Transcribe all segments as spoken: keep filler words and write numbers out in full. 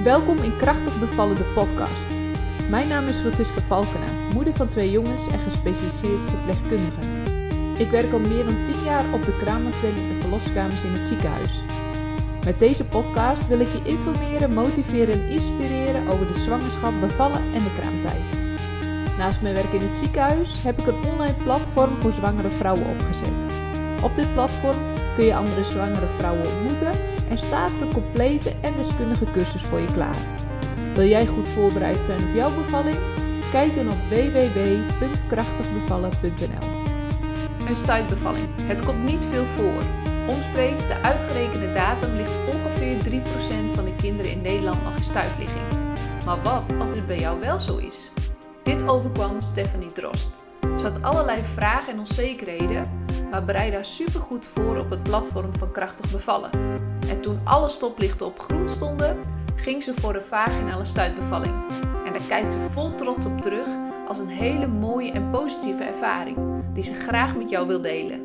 Welkom in Krachtig Bevallen, de podcast. Mijn naam is Francisca Valkena, moeder van twee jongens en gespecialiseerd verpleegkundige. Ik werk al meer dan tien jaar op de kraamafdeling en verloskamers in het ziekenhuis. Met deze podcast wil ik je informeren, motiveren en inspireren over de zwangerschap, bevallen en de kraamtijd. Naast mijn werk in het ziekenhuis heb ik een online platform voor zwangere vrouwen opgezet. Op dit platform kun je andere zwangere vrouwen ontmoeten en staat er een complete en deskundige cursus voor je klaar. Wil jij goed voorbereid zijn op jouw bevalling? Kijk dan op w w w punt krachtig bevallen punt n l. Een stuitbevalling. Het komt niet veel voor. Omstreeks de uitgerekende datum ligt ongeveer drie procent van de kinderen in Nederland nog in stuitligging. Maar wat als dit bij jou wel zo is? Dit overkwam Stephanie Drost. Ze had allerlei vragen en onzekerheden, maar bereidde haar supergoed voor op het platform van Krachtig Bevallen. En toen alle stoplichten op groen stonden, ging ze voor de vaginale stuitbevalling. En daar kijkt ze vol trots op terug als een hele mooie en positieve ervaring, die ze graag met jou wil delen.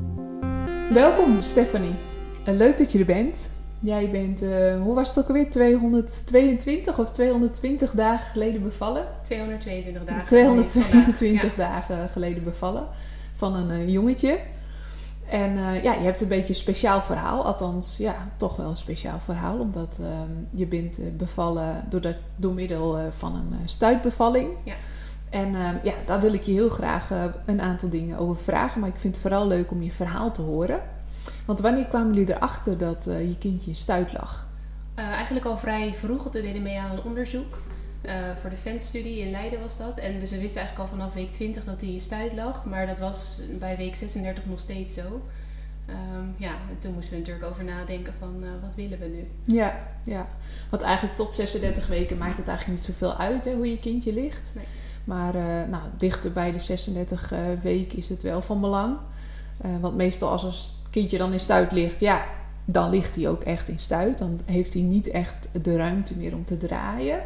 Welkom Stephanie, leuk dat je er bent. Jij bent, uh, hoe was het ook alweer, tweehonderdtweeëntwintig of tweehonderdtwintig dagen geleden bevallen? tweehonderdtweeëntwintig dagen. tweehonderdtweeëntwintig ja. dagen geleden bevallen van een uh, jongetje. En uh, ja, je hebt een beetje een speciaal verhaal. Althans, ja, toch wel een speciaal verhaal. Omdat uh, je bent uh, bevallen door, dat, door middel uh, van een uh, stuitbevalling. Ja. En uh, ja, daar wil ik je heel graag uh, een aantal dingen over vragen. Maar ik vind het vooral leuk om je verhaal te horen. Want wanneer kwamen jullie erachter dat uh, je kindje in stuit lag? Uh, eigenlijk al vrij vroeg, want we deden mee aan een onderzoek. Uh, voor de ventstudie in Leiden was dat. En dus we wisten eigenlijk al vanaf week twintig dat hij in stuit lag. Maar dat was bij week zesendertig nog steeds zo. Um, ja, en toen moesten we natuurlijk over nadenken van uh, wat willen we nu? Ja, ja, want eigenlijk tot zesendertig weken maakt het eigenlijk niet zoveel uit, hè, hoe je kindje ligt. Nee. Maar uh, nou, dichter bij de zesendertig uh, weken is het wel van belang. Uh, want meestal als een kindje dan in stuit ligt, ja, dan ligt hij ook echt in stuit. Dan heeft hij niet echt de ruimte meer om te draaien.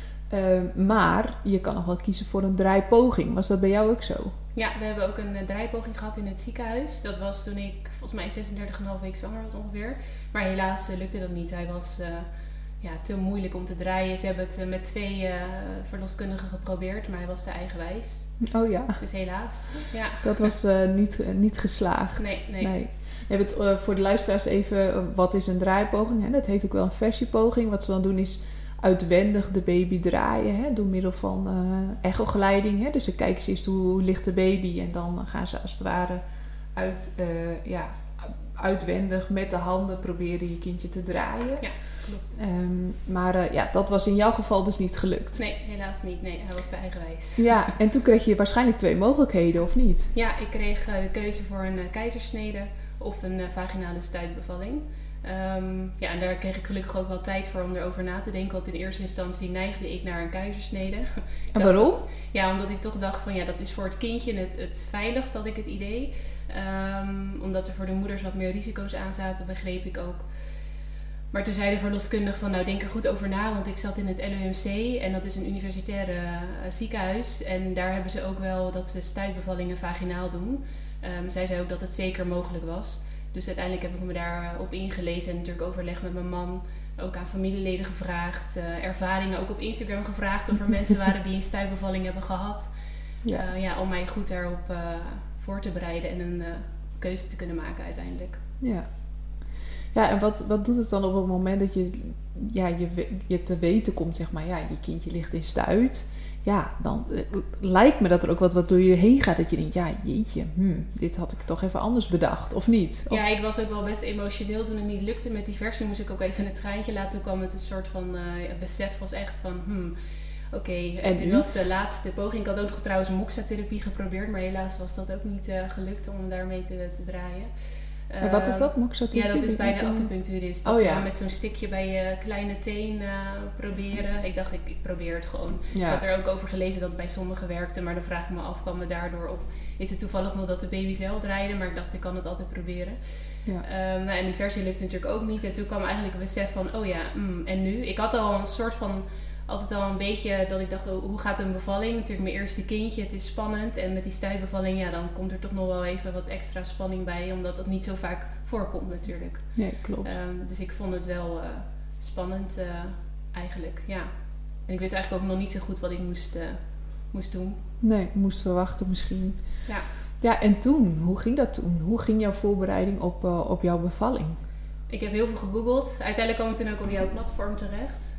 Uh, maar je kan nog wel kiezen voor een draaipoging. Was dat bij jou ook zo? Ja, we hebben ook een uh, draaipoging gehad in het ziekenhuis. Dat was toen ik volgens mij zesendertig komma vijf week zwanger was ongeveer. Maar helaas uh, lukte dat niet. Hij was uh, ja, te moeilijk om te draaien. Ze hebben het uh, met twee uh, verloskundigen geprobeerd, maar hij was te eigenwijs. Oh ja. Dus helaas. Ja. Dat was uh, niet, uh, niet geslaagd. Nee, nee. nee. We hebben het uh, voor de luisteraars even, uh, wat is een draaipoging? Hè? Dat heet ook wel een versiepoging. Wat ze dan doen is uitwendig de baby draaien, hè, door middel van uh, echogeleiding. Hè. Dus dan kijken ze eerst hoe, hoe ligt de baby en dan gaan ze als het ware uit, uh, ja, uitwendig met de handen proberen je kindje te draaien. Ja, klopt. Um, maar uh, ja, dat was in jouw geval dus niet gelukt. Nee, helaas niet. Nee, hij was te eigenwijs. Ja, en toen kreeg je waarschijnlijk twee mogelijkheden, of niet? Ja, ik kreeg uh, de keuze voor een uh, keizersnede of een uh, vaginale stuitbevalling. Um, ja, en daar kreeg ik gelukkig ook wel tijd voor om erover na te denken. Want in eerste instantie neigde ik naar een keizersnede. En waarom? Dat, ja, omdat ik toch dacht van ja, dat is voor het kindje het, het veiligst, had ik het idee. Um, omdat er voor de moeders wat meer risico's aan zaten, begreep ik ook. Maar toen zei de verloskundige van nou denk er goed over na. Want ik zat in het L U M C en dat is een universitaire uh, ziekenhuis. En daar hebben ze ook wel dat ze stuitbevallingen vaginaal doen. Um, zij zei ook dat het zeker mogelijk was. Dus uiteindelijk heb ik me daarop ingelezen en natuurlijk overleg met mijn man. Ook aan familieleden gevraagd. Uh, ervaringen ook op Instagram gevraagd of er mensen waren die een stuitbevalling hebben gehad. Ja. Uh, ja, om mij goed daarop uh, voor te bereiden en een uh, keuze te kunnen maken uiteindelijk. Ja, ja en wat, wat doet het dan op het moment dat je, ja, je, je te weten komt, zeg maar, ja, je kindje ligt in stuit. Ja, dan uh, lijkt me dat er ook wat, wat door je heen gaat. Dat je denkt, ja, jeetje, hmm, dit had ik toch even anders bedacht. Of niet? Of... Ja, ik was ook wel best emotioneel toen het niet lukte met die versie. Moest ik ook even een traantje laten. Toen kwam het een soort van uh, besef was echt van, hmm, oké. Okay, en dit was de laatste poging. Ik had ook nog trouwens moxa-therapie geprobeerd. Maar helaas was dat ook niet uh, gelukt om daarmee te, te draaien. En wat is dat, moxa-therapie? Ja, dat is bij de acupuncturist. Dat oh, ze ja. met zo'n stikje bij je kleine teen uh, proberen. Ik dacht, ik, ik probeer het gewoon. Ja. Ik had er ook over gelezen dat het bij sommigen werkte. Maar dan vraag ik me af, kwam het daardoor? Of is het toevallig nog dat de baby zelf draaide? Maar ik dacht, ik kan het altijd proberen. Ja. Um, en die versie lukte natuurlijk ook niet. En toen kwam eigenlijk een besef van, oh ja, mm, en nu? Ik had al een soort van... Altijd al een beetje dat ik dacht, oh, hoe gaat een bevalling? Natuurlijk mijn eerste kindje, het is spannend. En met die stuitbevalling, ja, dan komt er toch nog wel even wat extra spanning bij. Omdat dat niet zo vaak voorkomt natuurlijk. Nee, klopt. Um, dus ik vond het wel uh, spannend uh, eigenlijk, ja. En ik wist eigenlijk ook nog niet zo goed wat ik moest, uh, moest doen. Nee, moest verwachten misschien. Ja. Ja, en toen? Hoe ging dat toen? Hoe ging jouw voorbereiding op, uh, op jouw bevalling? Ik heb heel veel gegoogeld. Uiteindelijk kwam ik toen ook op jouw platform terecht.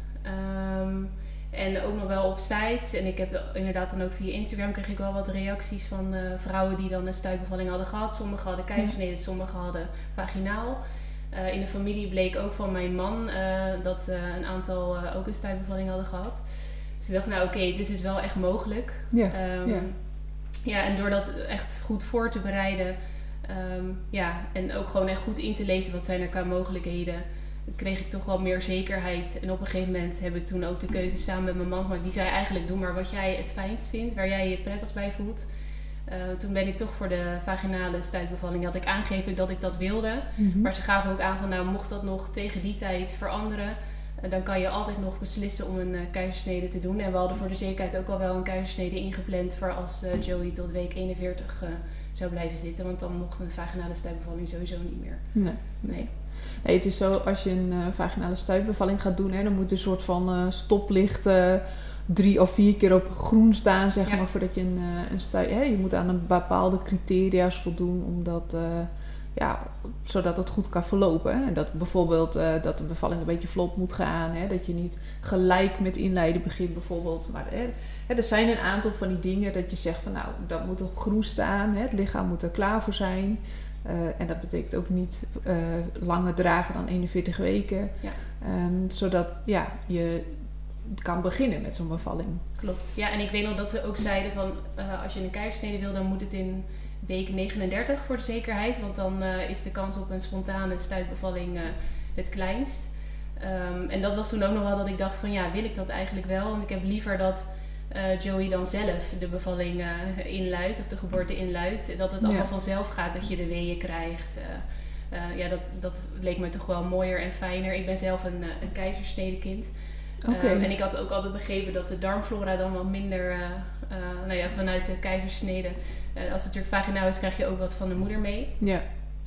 Um, en ook nog wel op sites. En ik heb inderdaad dan ook via Instagram kreeg ik wel wat reacties van uh, vrouwen die dan een stuitbevalling hadden gehad. Sommigen hadden keizersnede, ja. Sommigen hadden vaginaal. Uh, in de familie bleek ook van mijn man uh, dat uh, een aantal uh, ook een stuitbevalling hadden gehad. Dus ik dacht, nou oké, okay, dit is wel echt mogelijk. Ja, um, ja. ja, en door dat echt goed voor te bereiden... Um, ja, en ook gewoon echt goed in te lezen wat zijn er qua mogelijkheden, kreeg ik toch wel meer zekerheid. En op een gegeven moment heb ik toen ook de keuze samen met mijn man gemaakt. Die zei eigenlijk, doe maar wat jij het fijnst vindt, waar jij je prettigst bij voelt. Uh, toen ben ik toch voor de vaginale stuitbevalling, had ik aangegeven dat ik dat wilde. Mm-hmm. Maar ze gaven ook aan van, nou mocht dat nog tegen die tijd veranderen, uh, dan kan je altijd nog beslissen om een uh, keizersnede te doen. En we hadden voor de zekerheid ook al wel een keizersnede ingepland voor als uh, Joey tot week eenenveertig uh, zou blijven zitten. Want dan mocht een vaginale stuitbevalling sowieso niet meer. Nee. nee. Nee, het is zo, als je een uh, vaginale stuitbevalling gaat doen, hè, dan moet een soort van uh, stoplicht uh, drie of vier keer op groen staan, zeg ja. maar, voordat je een, uh, een stuit... Hè, je moet aan een bepaalde criteria's voldoen, omdat, uh, ja, zodat het goed kan verlopen. Hè. En dat bijvoorbeeld uh, dat de bevalling een beetje vlot moet gaan, hè, dat je niet gelijk met inleiden begint bijvoorbeeld. Maar hè, hè, er zijn een aantal van die dingen dat je zegt van, nou, dat moet op groen staan, hè, het lichaam moet er klaar voor zijn. Uh, en dat betekent ook niet uh, langer dragen dan eenenveertig weken. Ja. Um, zodat ja, je kan beginnen met zo'n bevalling. Klopt. Ja, en ik weet nog dat ze ook zeiden van uh, als je een keizersnede wil, dan moet het in week negenendertig voor de zekerheid. Want dan uh, is de kans op een spontane stuitbevalling uh, het kleinst. Um, en dat was toen ook nog wel dat ik dacht van ja, wil ik dat eigenlijk wel? Want ik heb liever dat Uh, Joey dan zelf de bevalling uh, inluidt of de geboorte inluidt. Dat het allemaal ja. vanzelf gaat, dat je de weeën krijgt. Uh, uh, ja, dat, dat leek me toch wel mooier en fijner. Ik ben zelf een, uh, een keizersnedekind. Okay. Um, en ik had ook altijd begrepen dat de darmflora dan wat minder, uh, uh, nou ja, vanuit de keizersnede. Uh, als het natuurlijk vaginaal is, krijg je ook wat van de moeder mee. Ja.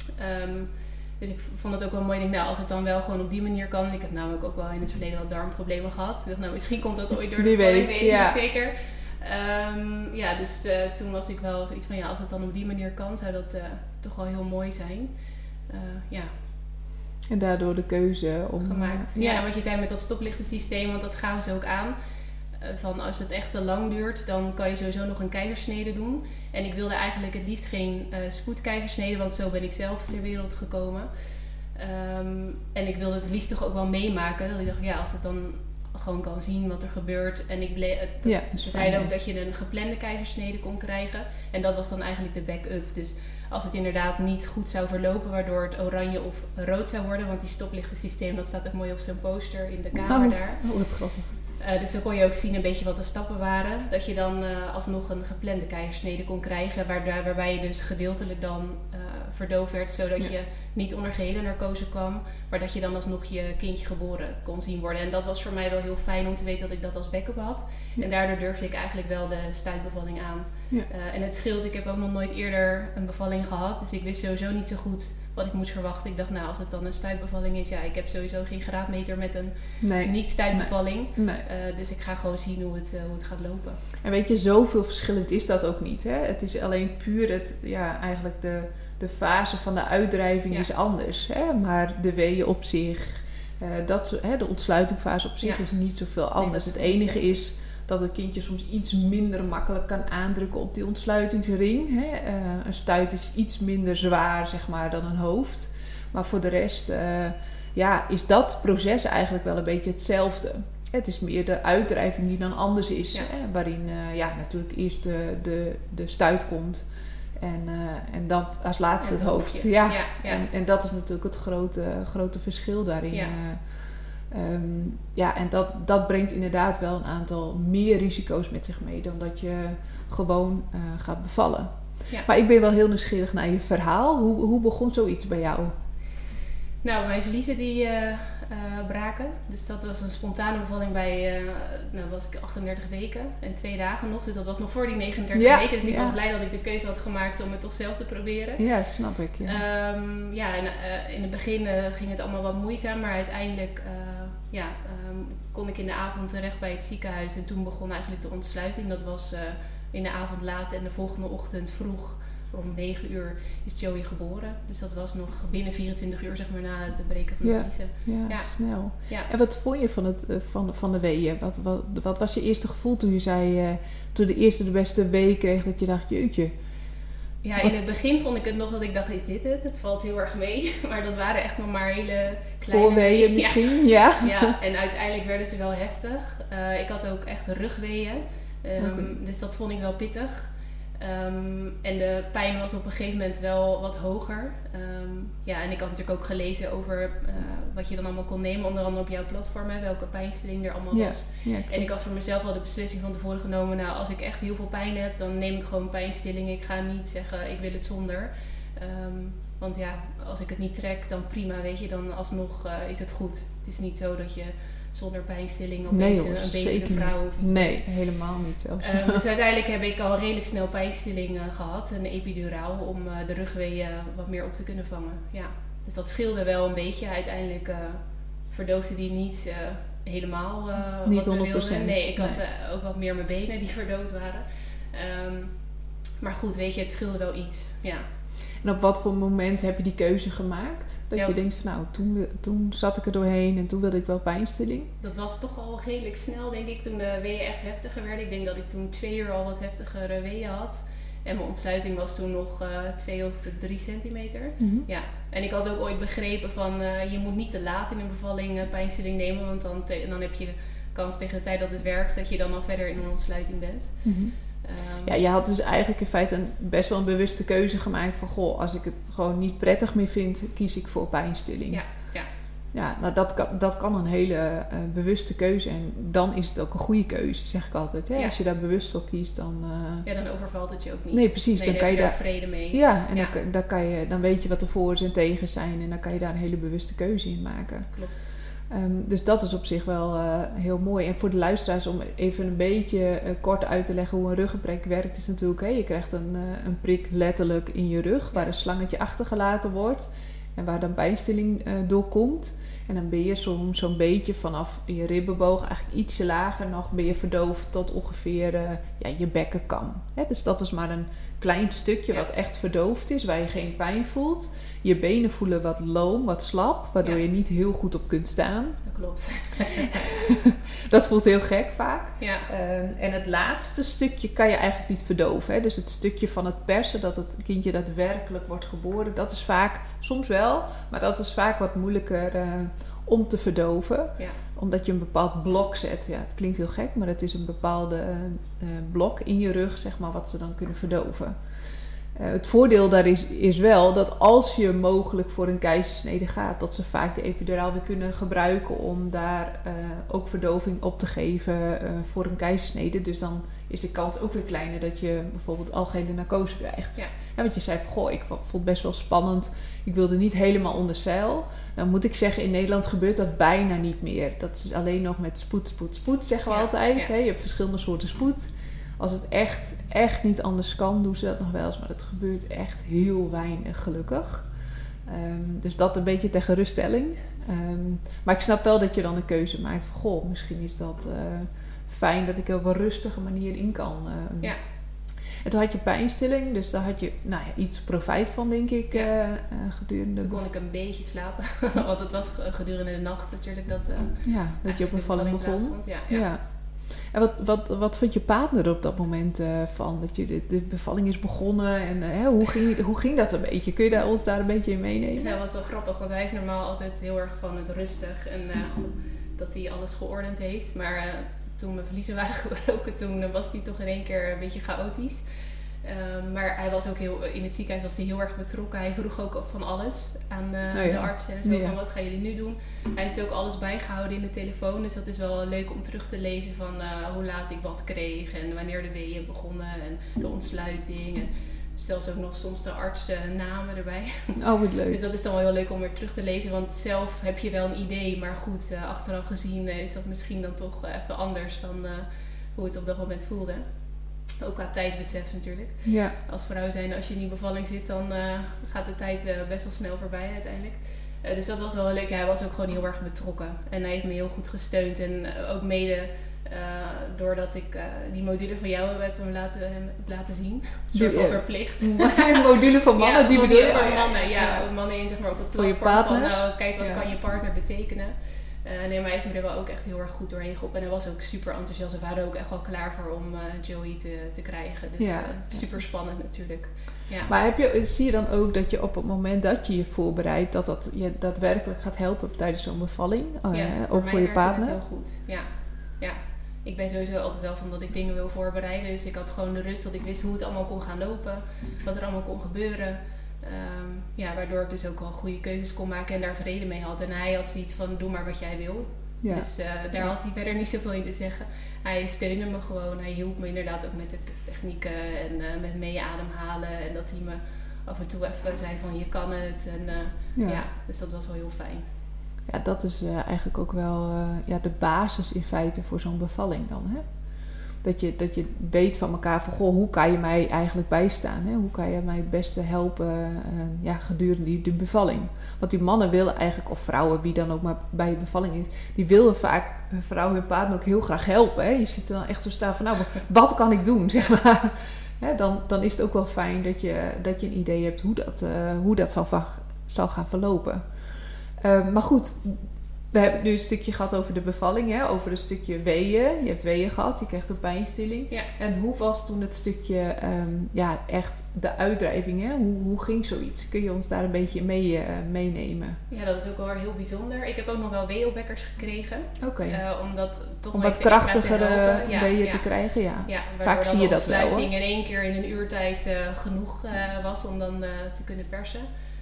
Um, Dus ik vond het ook wel mooi. Ik denk, nou, als het dan wel gewoon op die manier kan. Ik heb namelijk ook wel in het verleden wat darmproblemen gehad. Ik dacht, nou, misschien komt dat ooit door de bevalling. Weet, weet ja. ik niet zeker. Um, ja, dus uh, toen was ik wel zoiets van, ja, als het dan op die manier kan, zou dat uh, toch wel heel mooi zijn. Uh, ja. En daardoor de keuze om... gemaakt. Uh, ja, ja, en wat je zei met dat stoplichtensysteem, want dat gaven ze ook aan. Uh, van als het echt te lang duurt, dan kan je sowieso nog een keizersnede doen. En ik wilde eigenlijk het liefst geen uh, spoedkeizersnede, want zo ben ik zelf ter wereld gekomen. Um, en ik wilde het liefst toch ook wel meemaken. Dat ik dacht, ja, als het dan gewoon kan zien wat er gebeurt. En ik bleef, uh, ja, ze zeiden ook dat je een geplande keizersnede kon krijgen. En dat was dan eigenlijk de backup. Dus als het inderdaad niet goed zou verlopen, waardoor het oranje of rood zou worden. Want die stoplichtensysteem, dat staat ook mooi op zo'n poster in de kamer oh, daar. Oh, wat grappig. Uh, dus dan kon je ook zien een beetje wat de stappen waren. Dat je dan uh, alsnog een geplande keizersnede kon krijgen. Waar, waarbij je dus gedeeltelijk dan uh, verdoofd werd. Zodat ja. je niet onder gehele narcose kwam. Maar dat je dan alsnog je kindje geboren kon zien worden. En dat was voor mij wel heel fijn om te weten dat ik dat als backup had. Ja. En daardoor durfde ik eigenlijk wel de stuitbevalling aan. Ja. Uh, en het scheelt, ik heb ook nog nooit eerder een bevalling gehad. Dus ik wist sowieso niet zo goed wat ik moest verwachten. Ik dacht, nou, als het dan een stuitbevalling is, ja, ik heb sowieso geen graadmeter met een nee. niet-stuitbevalling. Nee. Nee. Uh, dus ik ga gewoon zien hoe het, uh, hoe het gaat lopen. En weet je, zoveel verschillend is dat ook niet. Hè? Het is alleen puur het, ja, eigenlijk de, de fase van de uitdrijving ja. is anders. Hè? Maar de weeën op zich, uh, dat, hè, de ontsluitingfase op zich ja. is niet zoveel anders. Nee, het enige is dat het kindje soms iets minder makkelijk kan aandrukken op die ontsluitingsring. Hè? Uh, een stuit is iets minder zwaar, zeg maar, dan een hoofd. Maar voor de rest uh, ja, is dat proces eigenlijk wel een beetje hetzelfde. Het is meer de uitdrijving die dan anders is. Ja. Hè? Waarin uh, ja, natuurlijk eerst de, de, de stuit komt. En, uh, en dan als laatste ja, het hoofd. Ja. Ja, ja. En, en dat is natuurlijk het grote, grote verschil daarin. Ja. Uh, Um, ja, en dat, dat brengt inderdaad wel een aantal meer risico's met zich mee dan dat je gewoon uh, gaat bevallen. Ja. Maar ik ben wel heel nieuwsgierig naar je verhaal. Hoe, hoe begon zoiets bij jou? Nou, mijn verliezen die uh, uh, braken. Dus dat was een spontane bevalling bij, uh, nou was ik achtendertig weken en twee dagen nog. Dus dat was nog voor die negenendertig ja, weken. Dus ik ja. was blij dat ik de keuze had gemaakt om het toch zelf te proberen. Ja, snap ik. Ja, um, ja en uh, in het begin uh, ging het allemaal wat moeizaam, maar uiteindelijk uh, ja, um, kon ik in de avond terecht bij het ziekenhuis. En toen begon eigenlijk de ontsluiting. Dat was uh, in de avond laat en de volgende ochtend vroeg. Rond negen uur is Joey geboren. Dus dat was nog binnen vierentwintig uur zeg maar, na het breken van de ja, vliezen. Ja, ja, snel. Ja. En wat vond je van, het, van, van de weeën? Wat, wat, wat was je eerste gevoel toen je zei... Uh, toen de eerste de beste wee kreeg dat je dacht, jeetje... Ja, in het begin vond ik het nog dat ik dacht, is dit het? Het valt heel erg mee. Maar dat waren echt nog maar hele kleine... Voorweeën misschien, ja. Ja. ja, en uiteindelijk werden ze wel heftig. Uh, ik had ook echt rugweeën. Um, okay. Dus dat vond ik wel pittig. Um, en de pijn was op een gegeven moment wel wat hoger. Um, ja, en ik had natuurlijk ook gelezen over uh, wat je dan allemaal kon nemen. Onder andere op jouw platform, hè, welke pijnstilling er allemaal ja, was. Ja, en ik had voor mezelf al de beslissing van tevoren genomen. Nou, als ik echt heel veel pijn heb, dan neem ik gewoon pijnstilling. Ik ga niet zeggen, ik wil het zonder. Um, want ja, als ik het niet trek, dan prima, weet je. Dan alsnog uh, is het goed. Het is niet zo dat je... zonder pijnstilling opeens nee, hoor, een betere vrouw of iets. Nee, niet. Helemaal niet zo. Um, dus uiteindelijk heb ik al redelijk snel pijnstilling uh, gehad, een epiduraal, om uh, de rugweeën wat meer op te kunnen vangen. Ja. Dus dat scheelde wel een beetje. Uiteindelijk uh, verdoofde die niet uh, helemaal uh, niet wat we honderd procent. wilden. Nee, ik had nee. uh, ook wat meer mijn benen die verdoofd waren. Um, maar goed, weet je, het scheelde wel iets. Ja. En op wat voor moment heb je die keuze gemaakt? Dat ja, je denkt van nou, toen, toen zat ik er doorheen en toen wilde ik wel pijnstilling. Dat was toch al redelijk snel, denk ik, toen de weeën echt heftiger werden. Ik denk dat ik toen twee uur al wat heftigere weeën had. En mijn ontsluiting was toen nog uh, twee of drie centimeter. Mm-hmm. Ja. En ik had ook ooit begrepen van uh, je moet niet te laat in een bevalling uh, pijnstilling nemen. Want dan, te- dan heb je kans tegen de tijd dat het werkt dat je dan al verder in een ontsluiting bent. Mm-hmm. Um, ja, je had dus eigenlijk in feite een, best wel een bewuste keuze gemaakt van... goh, als ik het gewoon niet prettig meer vind, kies ik voor pijnstilling. Ja, ja. Ja, nou dat kan, dat kan een hele uh, bewuste keuze en dan is het ook een goede keuze, zeg ik altijd. Hè? Ja. Als je daar bewust voor kiest, dan... Uh... Ja, dan overvalt het je ook niet. Nee, precies. Nee, dan kan je daar vrede mee. Ja, en ja. Dan, dan, kan je, dan weet je wat de voor's en tegens zijn en dan kan je daar een hele bewuste keuze in maken. Klopt. Um, dus dat is op zich wel uh, heel mooi. En voor de luisteraars, om even een beetje uh, kort uit te leggen hoe een ruggenprik werkt, is natuurlijk, hè, je krijgt een, uh, een prik letterlijk in je rug, waar een slangetje achtergelaten wordt en waar dan pijnstilling uh, doorkomt. En dan ben je soms zo'n beetje vanaf je ribbenboog, eigenlijk ietsje lager nog, ben je verdoofd tot ongeveer uh, ja, je bekkenkam. Hè, dus dat is maar een klein stukje ja. wat echt verdoofd is, waar je geen pijn voelt. Je benen voelen wat loom, wat slap, waardoor ja. je niet heel goed op kunt staan. Dat klopt. Dat voelt heel gek vaak. Ja. Uh, en het laatste stukje kan je eigenlijk niet verdoven. Hè? Dus het stukje van het persen, dat het kindje daadwerkelijk wordt geboren, dat is vaak, soms wel, maar dat is vaak wat moeilijker uh, om te verdoven. Ja. Omdat je een bepaald blok zet. Ja, het klinkt heel gek, maar het is een bepaalde uh, blok in je rug, zeg maar, wat ze dan kunnen verdoven. Uh, het voordeel daar is, is wel dat als je mogelijk voor een keizersnede gaat, dat ze vaak de epiduraal weer kunnen gebruiken om daar uh, ook verdoving op te geven uh, voor een keizersnede. Dus dan is de kans ook weer kleiner dat je bijvoorbeeld algehele narcose krijgt. Ja. Ja, want je zei van, goh, ik vond het best wel spannend. Ik wilde niet helemaal onder zeil. Dan moet ik zeggen, in Nederland gebeurt dat bijna niet meer. Dat is alleen nog met spoed, spoed, spoed, zeggen we ja, altijd. Ja. Hè? Je hebt verschillende soorten spoed. Als het echt, echt niet anders kan, doen ze dat nog wel eens. Maar dat gebeurt echt heel weinig, gelukkig. Um, dus dat een beetje ter geruststelling. Um, maar ik snap wel dat je dan een keuze maakt van, goh, misschien is dat uh, fijn dat ik er op een rustige manier in kan. Um, ja. En toen had je pijnstilling, dus daar had je nou ja, iets profijt van, denk ik, ja. uh, uh, gedurende... Toen kon ik een beetje slapen, want het was gedurende de nacht natuurlijk dat... Uh, ja, dat je op een bevalling begon. Ja, ja. ja. En wat, wat, wat vond je partner op dat moment uh, van? Dat je de, de bevalling is begonnen en uh, hoe, ging, hoe ging dat een beetje? Kun je daar, ons daar een beetje in meenemen? Ja, dat was wel grappig, want hij is normaal altijd heel erg van het rustig en uh, dat hij alles geordend heeft. Maar uh, toen mijn vliezen waren gebroken, toen was hij toch in één keer een beetje chaotisch. Um, maar hij was ook heel, in het ziekenhuis was hij heel erg betrokken. Hij vroeg ook van alles aan uh, oh ja. de artsen en zo, ja. van wat gaan jullie nu doen. Hij heeft ook alles bijgehouden in de telefoon. Dus dat is wel leuk om terug te lezen van uh, hoe laat ik wat kreeg en wanneer de weeën begonnen en de ontsluiting. En zelfs ook nog soms de artsennamen erbij. Oh, wat leuk. Dus dat is dan wel heel leuk om weer terug te lezen. Want zelf heb je wel een idee. Maar goed, uh, achteraf gezien uh, is dat misschien dan toch uh, even anders dan uh, hoe het op dat moment voelde. Ook qua tijdsbesef natuurlijk. Ja. Als vrouw zijn, als je in die bevalling zit, dan uh, gaat de tijd uh, best wel snel voorbij uiteindelijk. Uh, dus dat was wel leuk. Ja, hij was ook gewoon heel erg betrokken. En hij heeft me heel goed gesteund. En uh, ook mede uh, doordat ik uh, die module van jou heb hem laten, hem laten zien. Een soort van uh, verplicht. Module van mannen, ja, die bedoel je? Voor mannen, ja. ja. Mannen in, zeg maar, op het platform van nou, kijk wat ja. kan je partner betekenen. Uh, nee, maar hij heeft me er wel ook echt heel erg goed doorheen geholpen. En hij was ook super enthousiast. We waren ook echt wel klaar voor om uh, Joey te, te krijgen. Dus ja, uh, super spannend natuurlijk. Ja. Maar heb je, zie je dan ook dat je op het moment dat je je voorbereidt, dat dat je daadwerkelijk gaat helpen tijdens zo'n bevalling? Uh, ja, voor ook voor je partner? heel goed. Ja. ja. Ik ben sowieso altijd wel van dat ik dingen wil voorbereiden. Dus ik had gewoon de rust dat ik wist hoe het allemaal kon gaan lopen. Wat er allemaal kon gebeuren. Um, ja, waardoor ik dus ook wel goede keuzes kon maken en daar vrede mee had. En hij had zoiets van, doe maar wat jij wil. Ja. Dus uh, daar ja. had hij verder niet zoveel in te zeggen. Hij steunde me gewoon. Hij hielp me inderdaad ook met de technieken en uh, met mee ademhalen. En dat hij me af en toe even zei van, je kan het. En uh, ja. ja, dus dat was wel heel fijn. Ja, dat is uh, eigenlijk ook wel uh, ja, de basis in feite voor zo'n bevalling dan, hè? Dat je, dat je weet van elkaar van, goh, hoe kan je mij eigenlijk bijstaan? Hè? Hoe kan je mij het beste helpen uh, ja, gedurende die, die bevalling? Want die mannen willen eigenlijk, of vrouwen, wie dan ook maar bij je bevalling is, die willen vaak hun vrouw, hun partner ook heel graag helpen. Hè? Je zit er dan echt zo staan van, nou, wat kan ik doen, zeg maar. Hè, dan, dan is het ook wel fijn dat je, dat je een idee hebt hoe dat, uh, hoe dat zal, va- zal gaan verlopen. Uh, maar goed, we hebben nu een stukje gehad over de bevalling, hè? Over een stukje weeën. Je hebt weeën gehad, je krijgt ook pijnstilling. Ja. En hoe was toen het stukje, um, ja, echt de uitdrijving, hè? Hoe, hoe ging zoiets? Kun je ons daar een beetje mee uh, meenemen? Ja, dat is ook wel heel bijzonder. Ik heb ook nog wel weeopwekkers gekregen. Oké. Okay. Uh, omdat toch Om wat krachtigere ja, weeën ja. te krijgen, ja. ja Vaak zie je dat wel, hoor. De sluiting in één keer in een uurtijd uh, genoeg uh, was om dan uh, te kunnen persen.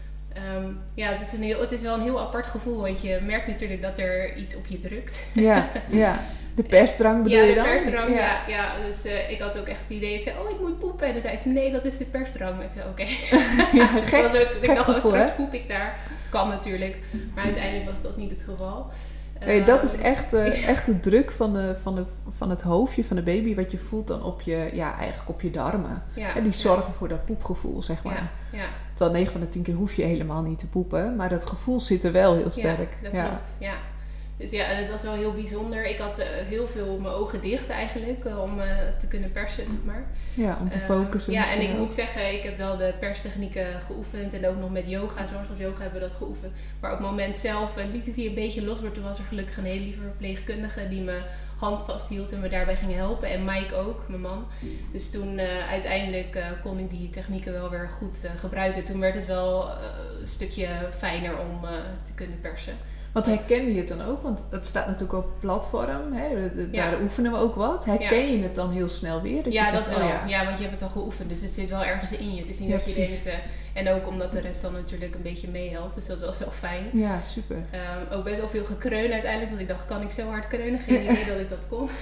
Um, ja, het is, een heel, het is wel een heel apart gevoel, want je merkt natuurlijk dat er iets op je drukt. Ja, ja. De persdrang bedoel ja, je dan? Ja, de persdrang, ja. ja, ja. Dus uh, ik had ook echt het idee, ik zei, oh, ik moet poepen. En dan zei ze, nee, dat is de persdrang. En ik zei, oké. Okay. Ja, gek, was ook, gek ik dacht, oh, straks hè? poep ik daar. Het kan natuurlijk, maar uiteindelijk was dat niet het geval. Nee, dat is echt, uh, echt de druk van, de, van, de, van het hoofdje van de baby, wat je voelt dan op je, ja, eigenlijk op je darmen. Ja, en die zorgen ja. voor dat poepgevoel, zeg maar. Ja, ja. Terwijl negen van de tien keer hoef je helemaal niet te poepen, maar dat gevoel zit er wel heel sterk. Ja, dat ja. klopt, ja. Dus ja, het was wel heel bijzonder. Ik had uh, heel veel mijn ogen dicht eigenlijk, uh, om uh, te kunnen persen, zeg maar. Ja, om te focussen. Uh, ja, en ik ook. moet zeggen, ik heb wel de perstechnieken geoefend en ook nog met yoga, zwangerschapsyoga hebben we dat geoefend. Maar op het moment zelf uh, liet het hier een beetje los, maar toen was er gelukkig een hele lieve verpleegkundige die me hand vasthield en me daarbij ging helpen. En Mike ook, mijn man. Dus toen uh, uiteindelijk uh, kon ik die technieken wel weer goed uh, gebruiken. Toen werd het wel uh, een stukje fijner om uh, te kunnen persen. Want herken je het dan ook? Want het staat natuurlijk op platform. Hè? De, de, ja. Daar oefenen we ook wat. Herken ja. je het dan heel snel weer? Dat ja, je zegt, dat wel. Oh, ja. ja, want je hebt het al geoefend. Dus het zit wel ergens in je. Het is niet ja, dat je denkt... Uh, en ook omdat de rest dan natuurlijk een beetje meehelpt. Dus dat was wel fijn. Ja, super. Um, ook best wel veel gekreun uiteindelijk. Dat ik dacht, kan ik zo hard kreunen? Geen idee dat ik dat kon.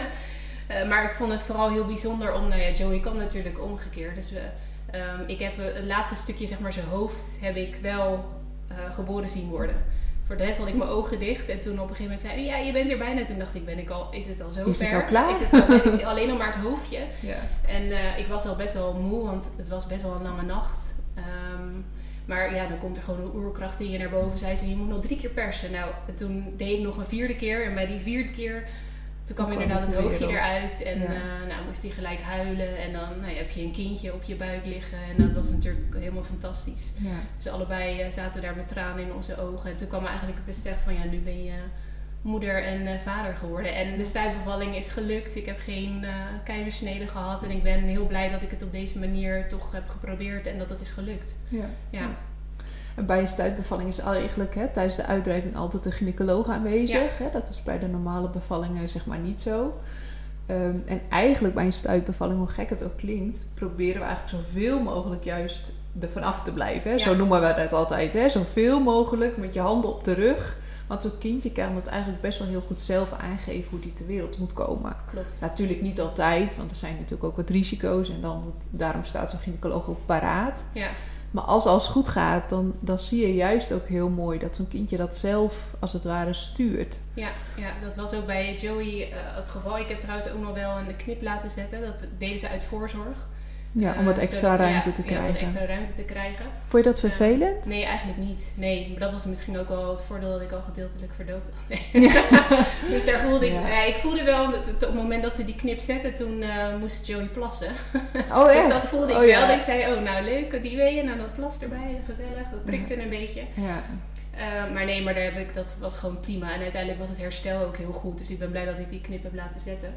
uh, maar ik vond het vooral heel bijzonder om... Nou ja, Joey kwam natuurlijk omgekeerd. Dus we, um, ik heb uh, het laatste stukje, zeg maar zijn hoofd... heb ik wel uh, geboren zien worden. Voor de rest had ik mijn ogen dicht. En toen op een gegeven moment zei hij, ja, je bent er bijna. Toen dacht ik, ben ik al, is het al zo is ver? Is het al klaar? Is het al, ben ik alleen nog maar het hoofdje. Ja. En uh, ik was al best wel moe, want het was best wel een lange nacht. Um, maar ja, dan komt er gewoon een oerkracht in je naar boven. Zei ze, je moet nog drie keer persen. Nou, en toen deed ik nog een vierde keer. En bij die vierde keer... Toen kwam kwam inderdaad het, het hoofdje wereld. eruit en ja. uh, nou, moest hij gelijk huilen. En dan nou, heb je een kindje op je buik liggen. En dat was natuurlijk helemaal fantastisch. Ja. Dus allebei uh, zaten we daar met tranen in onze ogen. En toen kwam eigenlijk het besef van ja, nu ben je moeder en uh, vader geworden. En de stuitbevalling is gelukt. Ik heb geen uh, keizersnede gehad. En ik ben heel blij dat ik het op deze manier toch heb geprobeerd. En dat het is gelukt. Ja. ja. ja. En bij een stuitbevalling is eigenlijk hè, tijdens de uitdrijving altijd een gynaecoloog aanwezig. Ja. Hè? Dat is bij de normale bevallingen zeg maar niet zo. Um, en eigenlijk bij een stuitbevalling, hoe gek het ook klinkt, proberen we eigenlijk zoveel mogelijk juist ervan af te blijven. Hè? Ja. Zo noemen we het altijd. Hè? Zoveel mogelijk met je handen op de rug. Want zo'n kindje kan het eigenlijk best wel heel goed zelf aangeven hoe die ter wereld moet komen. Klopt. Natuurlijk niet altijd, want er zijn natuurlijk ook wat risico's. En dan moet, daarom staat zo'n gynaecoloog ook paraat. Ja. Maar als alles goed gaat, dan, dan zie je juist ook heel mooi dat zo'n kindje dat zelf als het ware stuurt. Ja, ja, dat was ook bij Joey uh, het geval. Ik heb trouwens ook nog wel een knip laten zetten. Dat deden ze uit voorzorg. Ja, om wat extra uh, ruimte ja, te krijgen. Ja, om extra ruimte te krijgen. Vond je dat vervelend? Uh, nee, eigenlijk niet. Nee, maar dat was misschien ook wel het voordeel dat ik al gedeeltelijk verdoopt had. Nee. Ja. Dus daar voelde ik... Ja. Ja, ik voelde wel, dat op het moment dat ze die knip zetten, toen uh, moest Joey plassen. Oh, echt? Dus dat voelde ik oh, wel. Ja. Dat ik zei, oh nou leuk, die weeën, nou dat plas erbij, gezellig. Dat prikte ja. een beetje. Ja. Uh, maar nee, maar daar heb ik, dat was gewoon prima. En uiteindelijk was het herstel ook heel goed. Dus ik ben blij dat ik die knip heb laten zetten.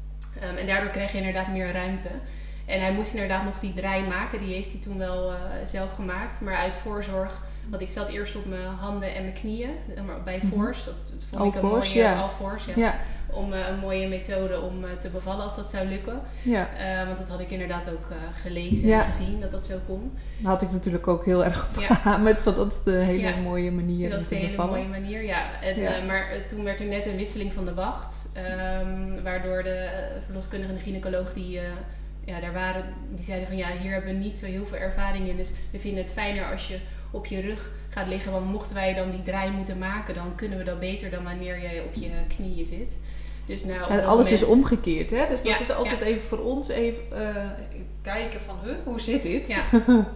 Um, en daardoor kreeg je inderdaad meer ruimte. En hij moest inderdaad nog die draai maken. Die heeft hij toen wel uh, zelf gemaakt. Maar uit voorzorg. Want ik zat eerst op mijn handen en mijn knieën. Bij Force. Dat, dat vond All ik een force, mooie... ja. All Force, ja. ja. Om uh, een mooie methode om uh, te bevallen als dat zou lukken. Ja. Uh, want dat had ik inderdaad ook uh, gelezen ja. en gezien dat dat zo kon. Dat had ik natuurlijk ook heel erg op ja. met, want dat is de hele ja. mooie manier dat om te bevallen. Dat is een hele mooie manier, ja. En, ja. Uh, maar uh, toen werd er net een wisseling van de wacht. Um, waardoor de uh, verloskundige en de gynaecoloog die... Uh, ja, daar waren, die zeiden van ja, hier hebben we niet zo heel veel ervaring in. Dus we vinden het fijner als je op je rug gaat liggen. Want mochten wij dan die draai moeten maken, dan kunnen we dat beter dan wanneer je op je knieën zit. Dus nou, ja, alles moment... is omgekeerd, hè? Dus dat ja, is altijd ja. even voor ons even uh, kijken van, huh, hoe zit dit? Ja.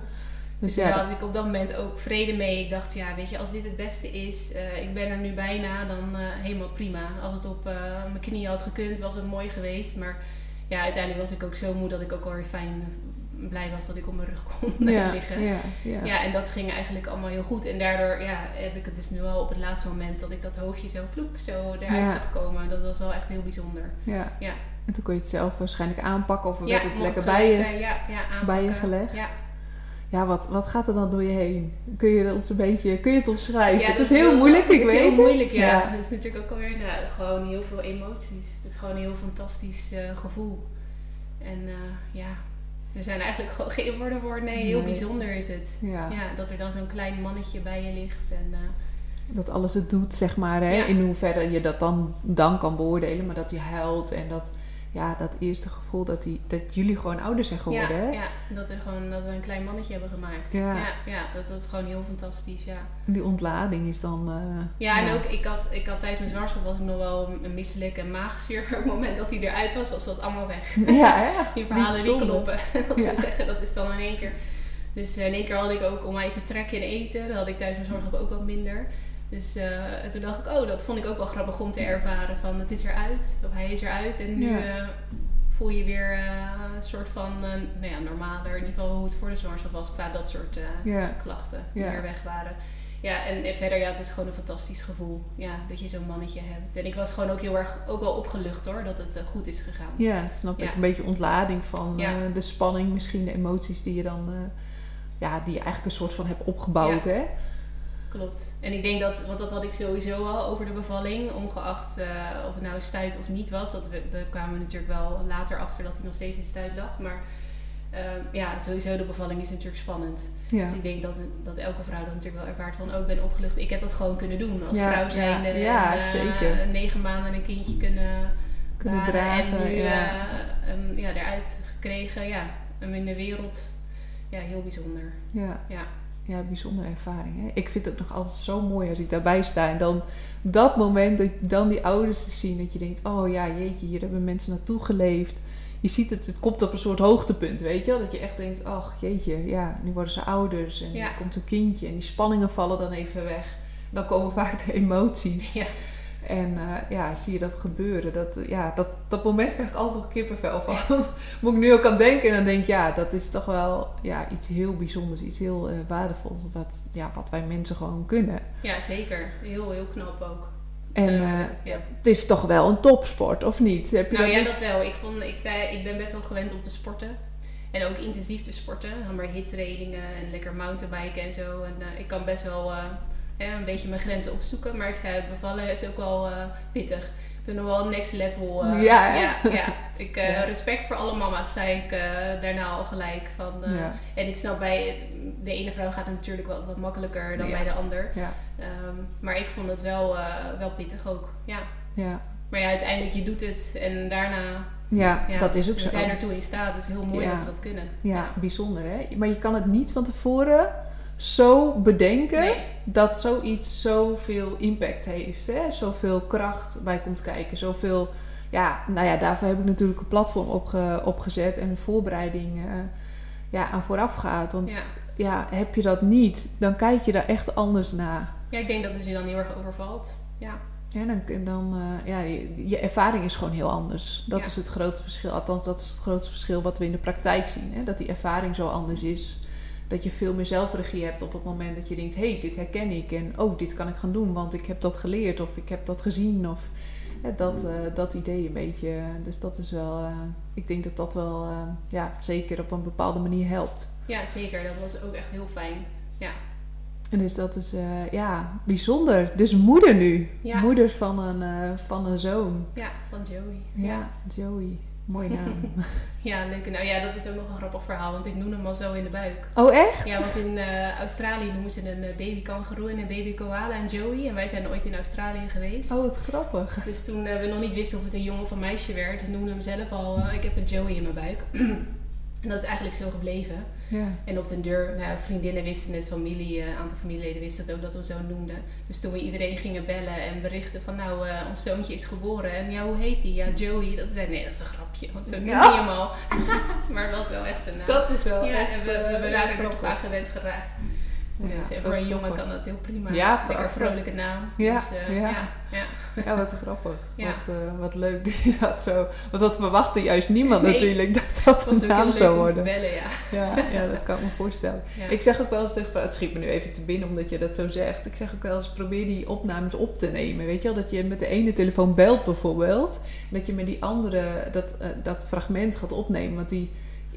Dus ja, daar had ik op dat moment ook vrede mee. Ik dacht, ja, weet je, als dit het beste is, uh, ik ben er nu bijna, dan uh, helemaal prima. Als het op uh, mijn knieën had gekund, was het mooi geweest. Maar ja, uiteindelijk was ik ook zo moe dat ik ook alweer fijn blij was dat ik op mijn rug kon ja, liggen. Ja, ja. ja, en dat ging eigenlijk allemaal heel goed. En daardoor ja, heb ik het dus nu wel op het laatste moment dat ik dat hoofdje zo ploep, zo eruit ja. zag komen. Dat was wel echt heel bijzonder. Ja. ja. En toen kon je het zelf waarschijnlijk aanpakken of ja, werd het lekker bij je, ja, ja, bij je gelegd? Ja. Ja, wat, wat gaat er dan door je heen? Kun je ons een beetje, kun je het omschrijven? Ja, het is heel, heel moeilijk, ik weet het. Het is heel moeilijk, ja. ja. Het is natuurlijk ook alweer nou, gewoon heel veel emoties. Het is gewoon een heel fantastisch uh, gevoel. En uh, ja, er zijn eigenlijk gewoon geen woorden voor. Nee, heel nee. bijzonder is het. Ja. ja, dat er dan zo'n klein mannetje bij je ligt. En, uh, dat alles het doet, zeg maar. Hè? Ja. In hoeverre je dat dan, dan kan beoordelen. Maar dat je huilt en dat... Ja, dat eerste gevoel dat, die, dat jullie gewoon ouder zijn geworden, ja, hè? Ja, dat, er gewoon, dat we een klein mannetje hebben gemaakt. Ja, ja, ja dat, dat is gewoon heel fantastisch, ja. En die ontlading is dan... Uh, ja, ja, en ook, ik had, ik had tijdens mijn zwangerschap was ik nog wel een misselijk en maagzuur. Op het moment dat hij eruit was, was dat allemaal weg. Ja, ja. Die verhalen die kloppen. Dat ja. ze zeggen, dat is dan in één keer... Dus uh, in één keer had ik ook om mij te trekken en eten. Dat had ik tijdens mijn zwangerschap ook wat minder. Dus uh, toen dacht ik, oh, dat vond ik ook wel grappig om te ervaren. Van, het is eruit, of hij is eruit. En nu... Ja. Uh, voel je weer uh, een soort van, uh, nou ja, normaler. In ieder geval hoe het voor de zwangerschap was. Qua dat soort uh, yeah. klachten die yeah. er weg waren. Ja, en, en verder, ja, het is gewoon een fantastisch gevoel. Ja, dat je zo'n mannetje hebt. En ik was gewoon ook heel erg, ook wel opgelucht hoor, dat het uh, goed is gegaan. Ja, het snap ik. Ja. Een beetje ontlading van ja. uh, de spanning. Misschien de emoties die je dan, uh, ja, die je eigenlijk een soort van hebt opgebouwd, ja. hè. Klopt. En ik denk dat, want dat had ik sowieso al over de bevalling, ongeacht uh, of het nou stuit of niet was. Dat we, daar kwamen we natuurlijk wel later achter dat hij nog steeds in stuit lag. Maar uh, ja, sowieso de bevalling is natuurlijk spannend. Ja. Dus ik denk dat, dat elke vrouw dat natuurlijk wel ervaart van, oh, ik ben opgelucht. Ik heb dat gewoon kunnen doen als ja, vrouw zijnde. Ja, ja en, uh, zeker. Negen maanden een kindje kunnen, kunnen dragen. En nu ja. Uh, um, ja, eruit gekregen. Ja, hem in de wereld. Ja, heel bijzonder. Ja. Ja. Ja, bijzondere ervaring. Hè? Ik vind het ook nog altijd zo mooi als ik daarbij sta. En dan dat moment, dat dan die ouders te zien. Dat je denkt, oh ja, jeetje, hier hebben mensen naartoe geleefd. Je ziet het, het komt op een soort hoogtepunt, weet je wel. Dat je echt denkt, ach jeetje, ja, nu worden ze ouders. En ja. er komt een kindje. En die spanningen vallen dan even weg. Dan komen vaak de emoties. Ja. En uh, ja, zie je dat gebeuren. Dat, ja, dat, dat moment krijg ik altijd nog kippenvel van. Moet ik nu ook aan denken. En dan denk ik, ja, dat is toch wel ja, iets heel bijzonders. Iets heel uh, waardevols. Wat, ja, wat wij mensen gewoon kunnen. Ja, zeker. Heel, heel knap ook. En uh, uh, ja. het is toch wel een topsport, of niet? Heb je nou dat ja, niet? dat wel. Ik, vond, ik, zei, ik ben best wel gewend om te sporten. En ook intensief te sporten. Dan maar hittrainingen en lekker mountainbiken en zo. En uh, ik kan best wel... Uh, Ja, een beetje mijn grenzen opzoeken. Maar ik zei, bevallen is ook wel uh, pittig. Ik vind nog wel next level. Uh, ja, ja, ja. Ik, uh, ja. Respect voor alle mama's, zei ik uh, daarna al gelijk. Van, uh, ja. En ik snap, bij de ene vrouw gaat het natuurlijk wat, wat makkelijker dan ja. bij de ander. Ja. Um, maar ik vond het wel, uh, wel pittig ook. Ja. Ja. Maar ja, uiteindelijk, je doet het. En daarna... Ja, ja, dat is ook we zo. We zijn ertoe in staat. Het is heel mooi ja. dat we dat kunnen. Ja, ja, bijzonder hè. Maar je kan het niet van tevoren... zo bedenken nee. dat zoiets zoveel impact heeft. Hè? Zoveel kracht bij komt kijken. Zoveel ja, nou ja, daarvoor heb ik natuurlijk een platform opge, opgezet en een voorbereiding uh, ja, aan vooraf gaat. Want ja. ja, heb je dat niet, dan kijk je daar echt anders naar. Ja, ik denk dat het je dan heel erg overvalt. Ja. Ja, dan, dan uh, ja, je, je ervaring is gewoon heel anders. Dat ja. is het grote verschil. Althans, dat is het grote verschil wat we in de praktijk zien. Hè? Dat die ervaring zo anders is. Dat je veel meer zelfregie hebt op het moment dat je denkt... hé, hey, dit herken ik en oh, dit kan ik gaan doen... want ik heb dat geleerd of ik heb dat gezien. Of hè, dat, uh, dat idee een beetje. Dus dat is wel... Uh, ik denk dat dat wel uh, ja, zeker op een bepaalde manier helpt. Ja, zeker. Dat was ook echt heel fijn. Ja. En dus dat is uh, ja, bijzonder. Dus moeder nu. Ja. Moeder van een, uh, van een zoon. Ja, van Joey. Ja, ja. Joey. Mooie naam. Ja, leuk. Nou ja, dat is ook nog een grappig verhaal. Want ik noem hem al zo in de buik. Oh, echt? Ja, want in uh, Australië noemen ze een baby kangoeroe en een baby koala en Joey. En wij zijn ooit in Australië geweest. Oh, wat grappig. Dus toen uh, we nog niet wisten of het een jongen of een meisje werd. Dus noemden we hem zelf al, uh, ik heb een Joey in mijn buik. En dat is eigenlijk zo gebleven. Ja. En op den deur, nou, vriendinnen wisten het, familie, een aantal familieleden wisten het ook dat we zo noemden. Dus toen we iedereen gingen bellen en berichten van nou, uh, ons zoontje is geboren. En ja, hoe heet hij? Ja, Joey. Dat zei nee, dat is een grapje, want zo noem je hem al. Maar het was wel echt zijn naam. Dat is wel ja, echt en we, we, we waren er nog aan gewend geraakt. Ja, dus en voor een jongen grappig. Kan dat heel prima. Ja, lekker vrolijke naam. Ja, dus, uh, ja. ja, ja. Ja, wat grappig. Ja. Wat, uh, wat leuk dat je dat zo... Want dat verwachtte juist niemand nee. natuurlijk, dat dat een naam zou worden. Bellen, ja. Ja, ja, dat kan ik me voorstellen. Ja. Ik zeg ook wel eens tegen... Het schiet me nu even te binnen omdat je dat zo zegt. Ik zeg ook wel eens, probeer die opnames op te nemen. Weet je wel, dat je met de ene telefoon belt bijvoorbeeld. En dat je met die andere dat, uh, dat fragment gaat opnemen. Want die...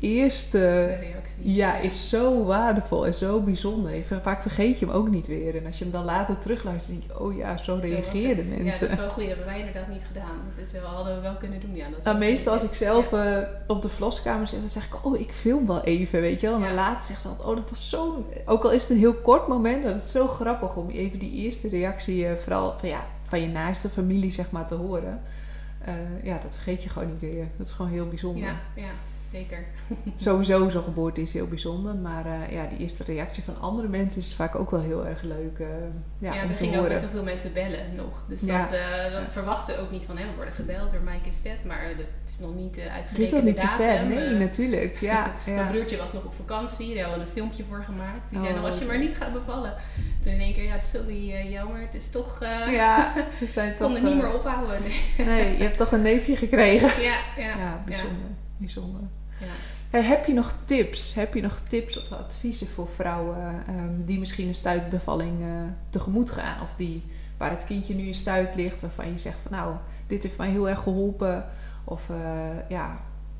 eerste reactie ja, is zo waardevol en zo bijzonder. Vaak vergeet je hem ook niet weer. En als je hem dan later terugluistert, denk je, oh ja, zo reageerden mensen. Ja, dat is wel goed. Dat hebben wij inderdaad niet gedaan. Dat is wel, hadden we wel kunnen doen. Ja, dat nou, meestal als ik zelf ja. uh, op de verloskamer zit, dan zeg ik, oh, ik film wel even, weet je wel. En ja. later zegt ze altijd, oh, dat was zo... Ook al is het een heel kort moment, dat is zo grappig om even die eerste reactie, uh, vooral van, ja, van je naaste familie, zeg maar, te horen. Uh, ja, dat vergeet je gewoon niet weer. Dat is gewoon heel bijzonder. Ja, ja. Zeker. Sowieso zo'n geboorte is heel bijzonder. Maar uh, ja, die eerste reactie van andere mensen is vaak ook wel heel erg leuk uh, ja, ja, om we te gingen horen. ook met zoveel mensen bellen nog. Dus ja. dat, uh, dan ja. verwachten we ook niet van... Hè, we worden gebeld door Mike en Stef. Maar uh, het is nog niet uh, uitgerekend. Het is nog niet datum. zo ver. Nee, uh, natuurlijk. Ja, ja. Mijn broertje was nog op vakantie. Daar hadden we een filmpje voor gemaakt. Die oh, zei, nou, als je maar niet gaat bevallen. Toen in één keer, ja, sorry, uh, jammer. Het is toch... Uh, ja, we zijn toch... kon het niet meer ophouden. Nee. nee, je hebt toch een neefje gekregen. Ja, ja. Ja, bijzonder. Ja. bijzonder. Ja. Hey, heb je nog tips? Heb je nog tips of adviezen voor vrouwen um, die misschien een stuitbevalling uh, tegemoet gaan? Of die, waar het kindje nu in stuit ligt, waarvan je zegt van nou, dit heeft mij heel erg geholpen. Of uh, ja,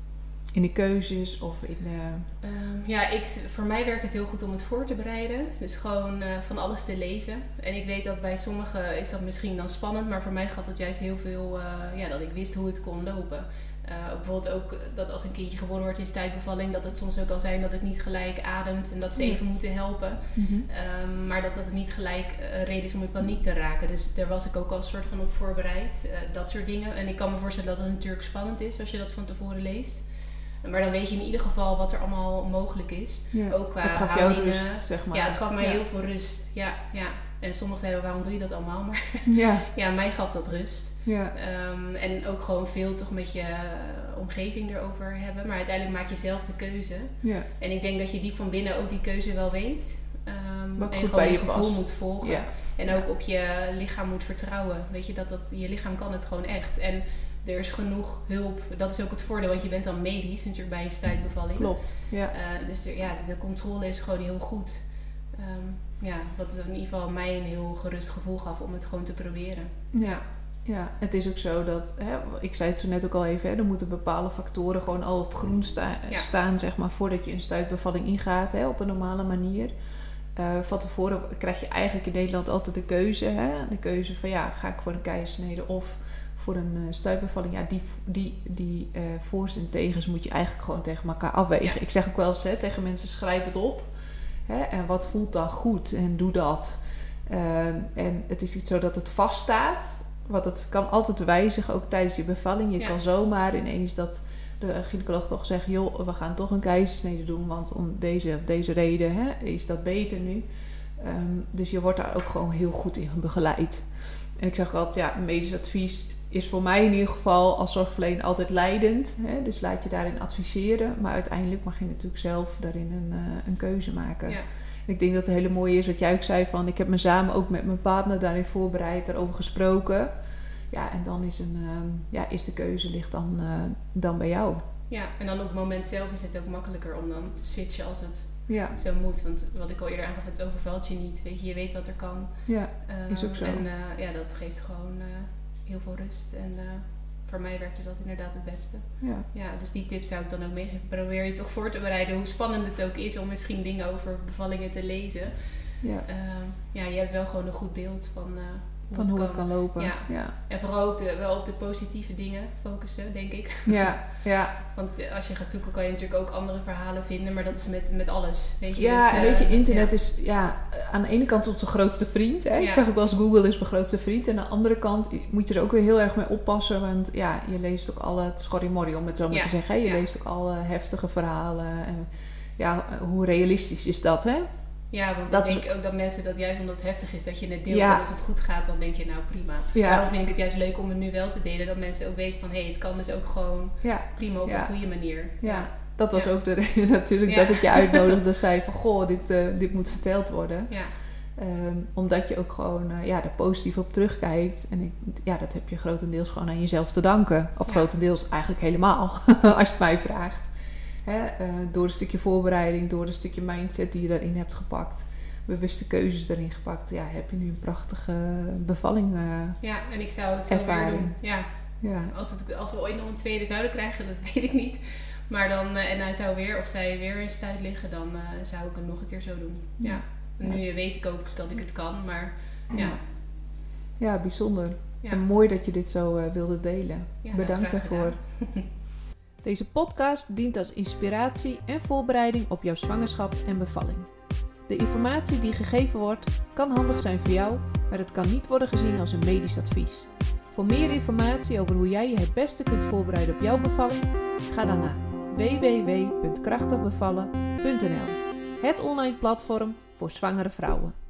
in de keuzes of in... Uh... Um, ja, ik, voor mij werkt het heel goed om het voor te bereiden. Dus gewoon uh, van alles te lezen. En ik weet dat bij sommigen is dat misschien dan spannend, maar voor mij gaat het juist heel veel, uh, ja, dat ik wist hoe het kon lopen. Uh, bijvoorbeeld ook dat als een kindje geboren wordt in stuitbevalling, dat het soms ook kan zijn dat het niet gelijk ademt en dat ze even moeten helpen. Mm-hmm. Um, maar dat dat niet gelijk uh, reden is om in paniek te raken. Dus daar was ik ook al een soort van op voorbereid. Uh, dat soort dingen. En ik kan me voorstellen dat het natuurlijk spannend is als je dat van tevoren leest. Maar dan weet je in ieder geval wat er allemaal mogelijk is. Ja. Ook qua het gaf houdingen. jou rust, zeg maar. Ja, het gaf mij ja. heel veel rust. Ja, ja. En sommigen zeiden, waarom doe je dat allemaal? Maar ja, ja, mij gaf dat rust. Ja. Um, en ook gewoon veel toch met je uh, omgeving erover hebben. Maar uiteindelijk maak je zelf de keuze. Ja. En ik denk dat je diep van binnen ook die keuze wel weet. Um, Wat en goed gewoon bij je je gevoel past. moet volgen. Ja. En ja. ook op je lichaam moet vertrouwen. Weet je, dat, dat je lichaam kan het gewoon echt. En er is genoeg hulp. Dat is ook het voordeel, want je bent dan medisch natuurlijk bij een stuitbevalling. Klopt, ja. Uh, dus er, ja, de, de controle is gewoon heel goed. Um, ja, dat het in ieder geval mij een heel gerust gevoel gaf om het gewoon te proberen. Ja, ja. Het is ook zo dat, hè, ik zei het zo net ook al even, hè, er moeten bepaalde factoren gewoon al op groen sta- ja. staan, zeg maar, voordat je een stuitbevalling ingaat, hè, op een normale manier. Uh, van tevoren krijg je eigenlijk in Nederland altijd de keuze, hè, de keuze van ja, ga ik voor een keizersnede of voor een uh, stuitbevalling. Ja, die, die, die uh, voor's en tegens moet je eigenlijk gewoon tegen elkaar afwegen. Ja. Ik zeg ook wel eens hè, tegen mensen, schrijf het op. Hè, en wat voelt dan goed? En doe dat. Uh, en het is niet zo dat het vaststaat. Want het kan altijd wijzigen, ook tijdens je bevalling. Je ja. kan zomaar ineens dat de gynaecoloog toch zegt, joh, we gaan toch een keizersnede doen. Want om deze, deze reden hè, is dat beter nu. Um, dus je wordt daar ook gewoon heel goed in begeleid. En ik zeg altijd, ja, medisch advies is voor mij in ieder geval als zorgverlener altijd leidend. Hè? Dus laat je daarin adviseren. Maar uiteindelijk mag je natuurlijk zelf daarin een, uh, een keuze maken. Ja. En ik denk dat het hele mooie is wat jij ook zei van... ik heb me samen ook met mijn partner daarin voorbereid, daarover gesproken. Ja, en dan is, een, uh, ja, is de keuze ligt dan, uh, dan bij jou. Ja, en dan op het moment zelf is het ook makkelijker om dan te switchen als het ja. zo moet. Want wat ik al eerder aangaf, het overvalt je niet. Weet je, je weet wat er kan. Ja, uh, is ook zo. En uh, ja, dat geeft gewoon uh, heel veel rust. En uh, voor mij werkte dat inderdaad het beste. Ja. Ja, dus die tip zou ik dan ook meegeven. Probeer je toch voor te bereiden, hoe spannend het ook is om misschien dingen over bevallingen te lezen. Ja, uh, ja je hebt wel gewoon een goed beeld van... Uh, Hoe van hoe het kan, het kan lopen. Ja. Ja. En vooral ook de, wel op de positieve dingen focussen, denk ik. Ja, ja. Want als je gaat zoeken kan je natuurlijk ook andere verhalen vinden. Maar dat is met, met alles, weet je. Ja, dus, en weet je, internet ja. is ja, aan de ene kant onze grootste vriend. Hè? Ja. Ik zeg ook wel eens, Google is mijn grootste vriend. En aan de andere kant moet je er ook weer heel erg mee oppassen. Want ja, je leest ook alle, het schorrimorrie om het zo maar ja. te zeggen. Hè? Je ja. leest ook alle heftige verhalen. En ja, hoe realistisch is dat, hè? Ja, want dat ik denk is... ook dat mensen dat juist omdat het heftig is, dat je het deelt ja. en als het goed gaat, dan denk je nou prima. Ja. Daarom vind ik het juist leuk om het nu wel te delen, dat mensen ook weten van hé, hey, het kan dus ook gewoon ja. prima op ja. een goede manier. Ja, ja. dat was ja. ook de reden natuurlijk ja. dat ik je uitnodigde. zei van, goh, dit, uh, dit moet verteld worden. Ja. Um, omdat je ook gewoon uh, ja, daar positief op terugkijkt. En ik, ja, dat heb je grotendeels gewoon aan jezelf te danken. Of ja. grotendeels eigenlijk helemaal, als je het mij vraagt. Hè, uh, door een stukje voorbereiding, door een stukje mindset die je daarin hebt gepakt. Bewuste keuzes erin gepakt. Ja, heb je nu een prachtige bevalling uh, Ja, en ik zou het zo ervaring. weer doen. Ja. Ja. Als, het, als we ooit nog een tweede zouden krijgen, dat weet ik niet. Maar dan, uh, en hij zou weer, of zij weer in stuit liggen, dan uh, zou ik het nog een keer zo doen. Ja. ja. En nu ja. weet ik ook dat ik het kan, maar ja. Ja, ja bijzonder. Ja. En mooi dat je dit zo uh, wilde delen. Ja, Bedankt daarvoor. Deze podcast dient als inspiratie en voorbereiding op jouw zwangerschap en bevalling. De informatie die gegeven wordt kan handig zijn voor jou, maar het kan niet worden gezien als een medisch advies. Voor meer informatie over hoe jij je het beste kunt voorbereiden op jouw bevalling, ga dan naar w w w punt krachtig bevallen punt n l, het online platform voor zwangere vrouwen.